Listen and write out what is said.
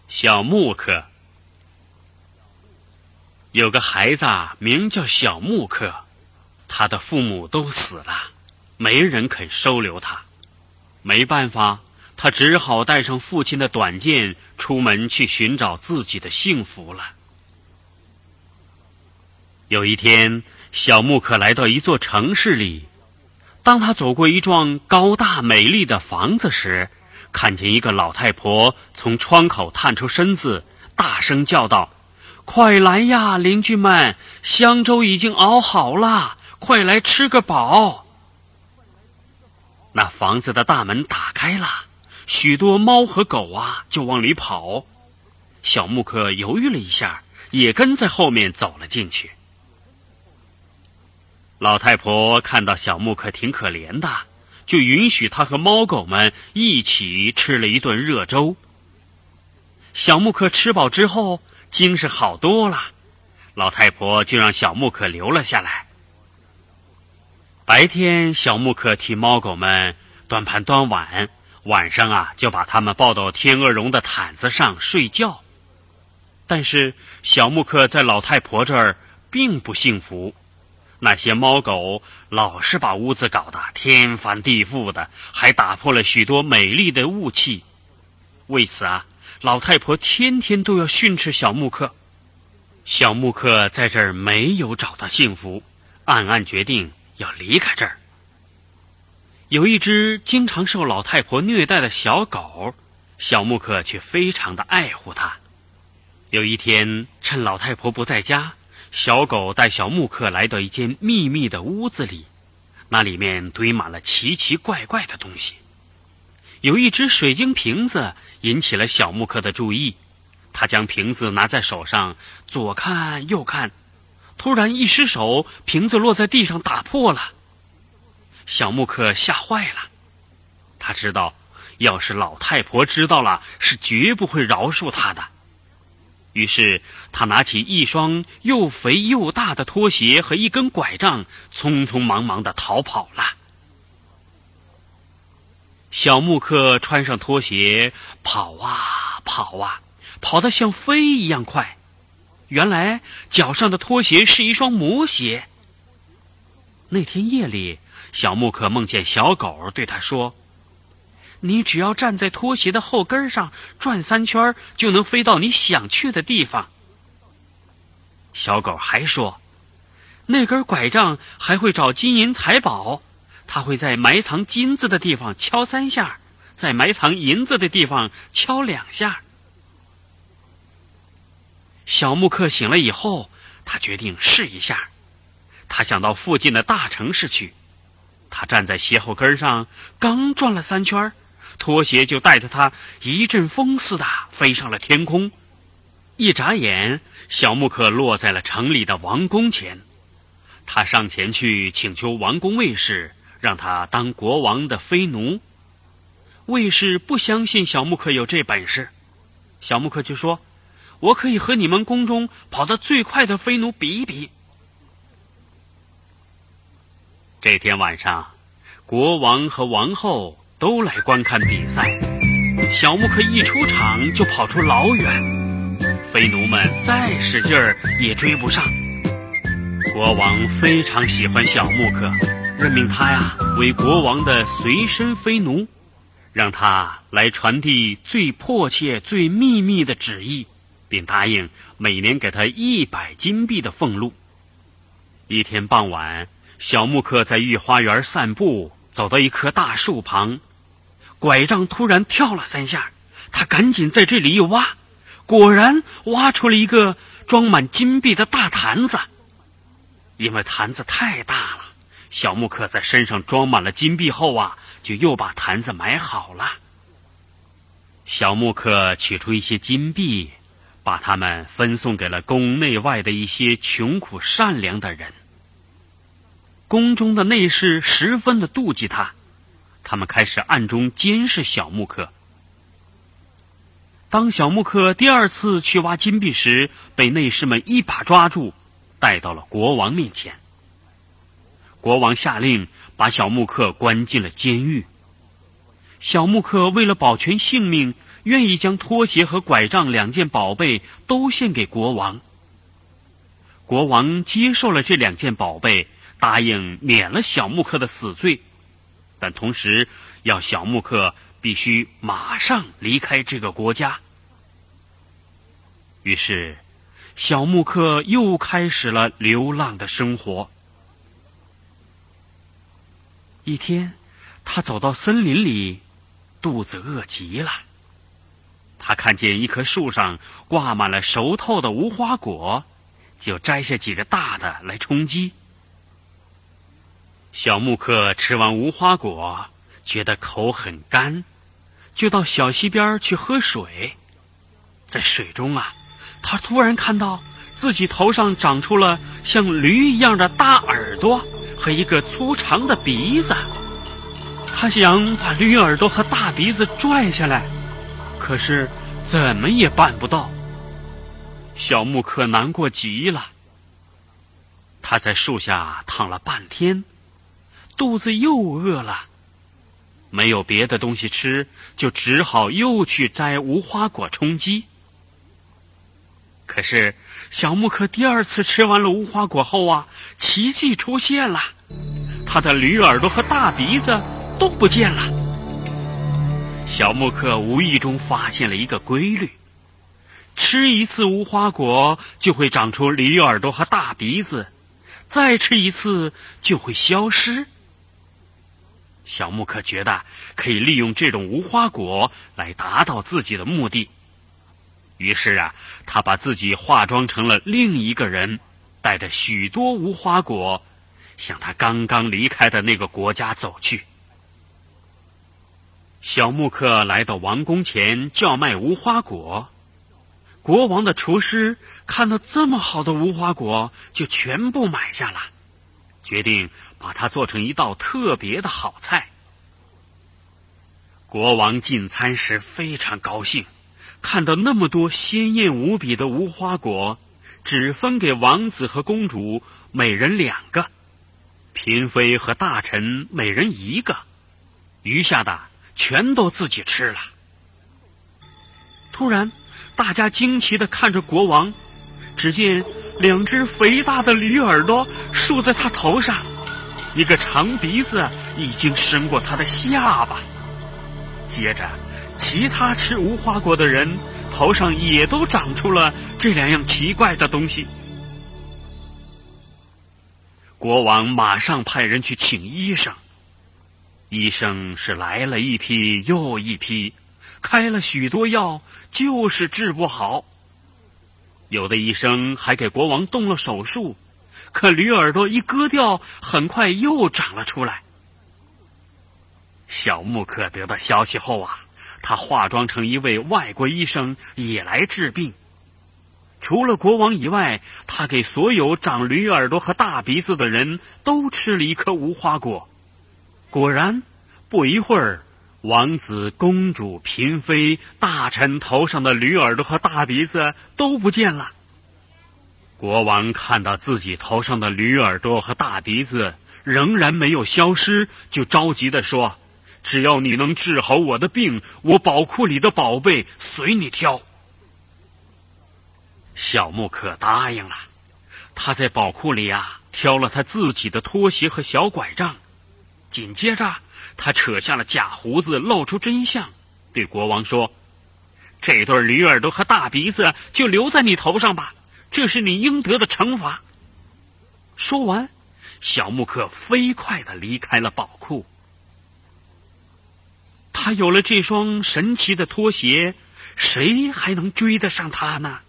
小木克。有个孩子名叫小木克，他的父母都死了，没人肯收留他。没办法，他只好带上父亲的短剑，出门去寻找自己的幸福了。有一天，小木克来到一座城市里，当他走过一幢高大美丽的房子时，看见一个老太婆从窗口探出身子，大声叫道：快来呀，邻居们，香粥已经熬好了，快来吃个饱。那房子的大门打开了，许多猫和狗就往里跑。小木克犹豫了一下，也跟在后面走了进去。老太婆看到小木克挺可怜的，就允许他和猫狗们一起吃了一顿热粥。小木克吃饱之后，精神好多了，老太婆就让小木克留了下来。白天，小木克替猫狗们端盘端碗，晚上就把它们抱到天鹅绒的毯子上睡觉。但是小木克在老太婆这儿并不幸福，那些猫狗老是把屋子搞得天翻地覆的，还打破了许多美丽的雾气。为此老太婆天天都要训斥小木克。小木克在这儿没有找到幸福，暗暗决定要离开这儿。有一只经常受老太婆虐待的小狗，小木克却非常的爱护它。有一天，趁老太婆不在家，小狗带小木克来到一间秘密的屋子里，那里面堆满了奇奇怪怪的东西。有一只水晶瓶子引起了小木克的注意，他将瓶子拿在手上，左看右看，突然一失手，瓶子落在地上打破了。小木克吓坏了，他知道要是老太婆知道了，是绝不会饶恕他的。于是他拿起一双又肥又大的拖鞋和一根拐杖，匆匆忙忙地逃跑了。小木克穿上拖鞋，跑跑得像飞一样快。原来脚上的拖鞋是一双魔鞋。那天夜里，小木克梦见小狗对他说：你只要站在拖鞋的后跟上转3圈，就能飞到你想去的地方。小狗还说，那根拐杖还会找金银财宝，它会在埋藏金子的地方敲3下，在埋藏银子的地方敲2下。小木克醒了以后，他决定试一下。他想到附近的大城市去。他站在鞋后跟上，刚转了3圈，拖鞋就带着他一阵风似的飞上了天空。一眨眼，小木克落在了城里的王宫前。他上前去请求王宫卫士让他当国王的飞奴。卫士不相信小木克有这本事，小木克就说：我可以和你们宫中跑得最快的飞奴比一比。这天晚上，国王和王后都来观看比赛。小木克一出场就跑出老远，飞奴们再使劲儿也追不上。国王非常喜欢小木克，任命他为国王的随身飞奴，让他来传递最迫切最秘密的旨意，并答应每年给他100金币的俸禄。一天傍晚，小木克在御花园散步，走到一棵大树旁，拐杖突然跳了3下，他赶紧在这里一挖，果然挖出了一个装满金币的大坛子。因为坛子太大了，小木克在身上装满了金币后就又把坛子埋好了。小木克取出一些金币，把它们分送给了宫内外的一些穷苦善良的人。宫中的内侍十分的妒忌他，他们开始暗中监视小木克。当小木克第2次去挖金币时，被内侍们一把抓住，带到了国王面前。国王下令把小木克关进了监狱。小木克为了保全性命， 愿意将拖鞋和拐杖2件宝贝都献给国王。国王接受了这2件宝贝，答应免了小木克的死罪，但同时要小木克必须马上离开这个国家。于是小木克又开始了流浪的生活。一天，他走到森林里，肚子饿极了。他看见一棵树上挂满了熟透的无花果，就摘下几个大的来充饥。小木克吃完无花果，觉得口很干，就到小溪边去喝水。在水中他突然看到自己头上长出了像驴一样的大耳朵和一个粗长的鼻子。他想把驴耳朵和大鼻子拽下来，可是怎么也办不到。小木克难过极了，他在树下躺了半天，肚子又饿了，没有别的东西吃，就只好又去摘无花果充饥。可是小木克第2次吃完了无花果后奇迹出现了，他的驴耳朵和大鼻子都不见了。小木克无意中发现了一个规律，吃一次无花果就会长出驴耳朵和大鼻子，再吃一次就会消失。小木克觉得可以利用这种无花果来达到自己的目的，于是他把自己化妆成了另一个人，带着许多无花果，向他刚刚离开的那个国家走去。小木克来到王宫前叫卖无花果，国王的厨师看到这么好的无花果，就全部买下了，决定把它做成一道特别的好菜。国王进餐时非常高兴，看到那么多鲜艳无比的无花果，只分给王子和公主每人2个，嫔妃和大臣每人1个，余下的全都自己吃了。突然，大家惊奇地看着国王，只见2只肥大的驴耳朵竖在他头上，一个长鼻子已经伸过他的下巴。接着，其他吃无花果的人头上也都长出了这2样奇怪的东西。国王马上派人去请医生，医生是来了一批又一批，开了许多药，就是治不好。有的医生还给国王动了手术，可驴耳朵一割掉，很快又长了出来。小木克得到消息后他化妆成一位外国医生也来治病。除了国王以外，他给所有长驴耳朵和大鼻子的人都吃了一颗无花果。果然，不一会儿，王子、公主、嫔妃、大臣头上的驴耳朵和大鼻子都不见了。国王看到自己头上的驴耳朵和大鼻子仍然没有消失，就着急地说：“只要你能治好我的病，我宝库里的宝贝随你挑。”小木克答应了，他在宝库里挑了他自己的拖鞋和小拐杖。紧接着，他扯下了假胡子，露出真相，对国王说：“这对驴耳朵和大鼻子就留在你头上吧，这是你应得的惩罚。”说完，小木克飞快地离开了宝库。他有了这双神奇的拖鞋，谁还能追得上他呢？